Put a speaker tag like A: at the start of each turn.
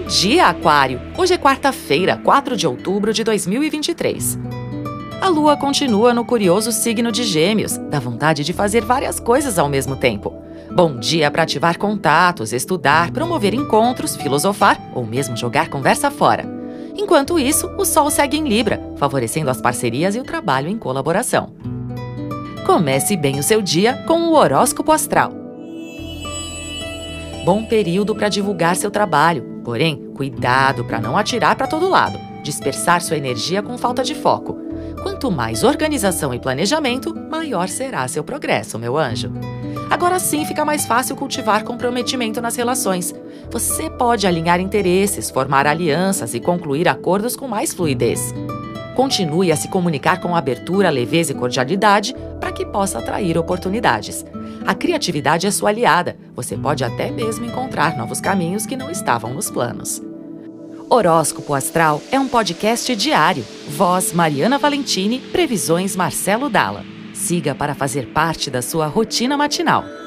A: dia, Aquário! Hoje é quarta-feira, 4 de outubro de 2023. A Lua continua no curioso signo de Gêmeos, dá vontade de fazer várias coisas ao mesmo tempo. Bom dia para ativar contatos, estudar, promover encontros, filosofar ou mesmo jogar conversa fora. Enquanto isso, o Sol segue em Libra, favorecendo as parcerias e o trabalho em colaboração. Comece bem o seu dia com o horóscopo astral. Bom período para divulgar seu trabalho, porém, cuidado para não atirar para todo lado, dispersar sua energia com falta de foco. Quanto mais organização e planejamento, maior será seu progresso, meu anjo. Agora sim fica mais fácil cultivar comprometimento nas relações. Você pode alinhar interesses, formar alianças e concluir acordos com mais fluidez. Continue a se comunicar com abertura, leveza e cordialidade para que possa atrair oportunidades. A criatividade é sua aliada. Você pode até mesmo encontrar novos caminhos que não estavam nos planos. Horóscopo Astral é um podcast diário. Voz Mariana Valentini, previsões Marcelo Dalla. Siga para fazer parte da sua rotina matinal.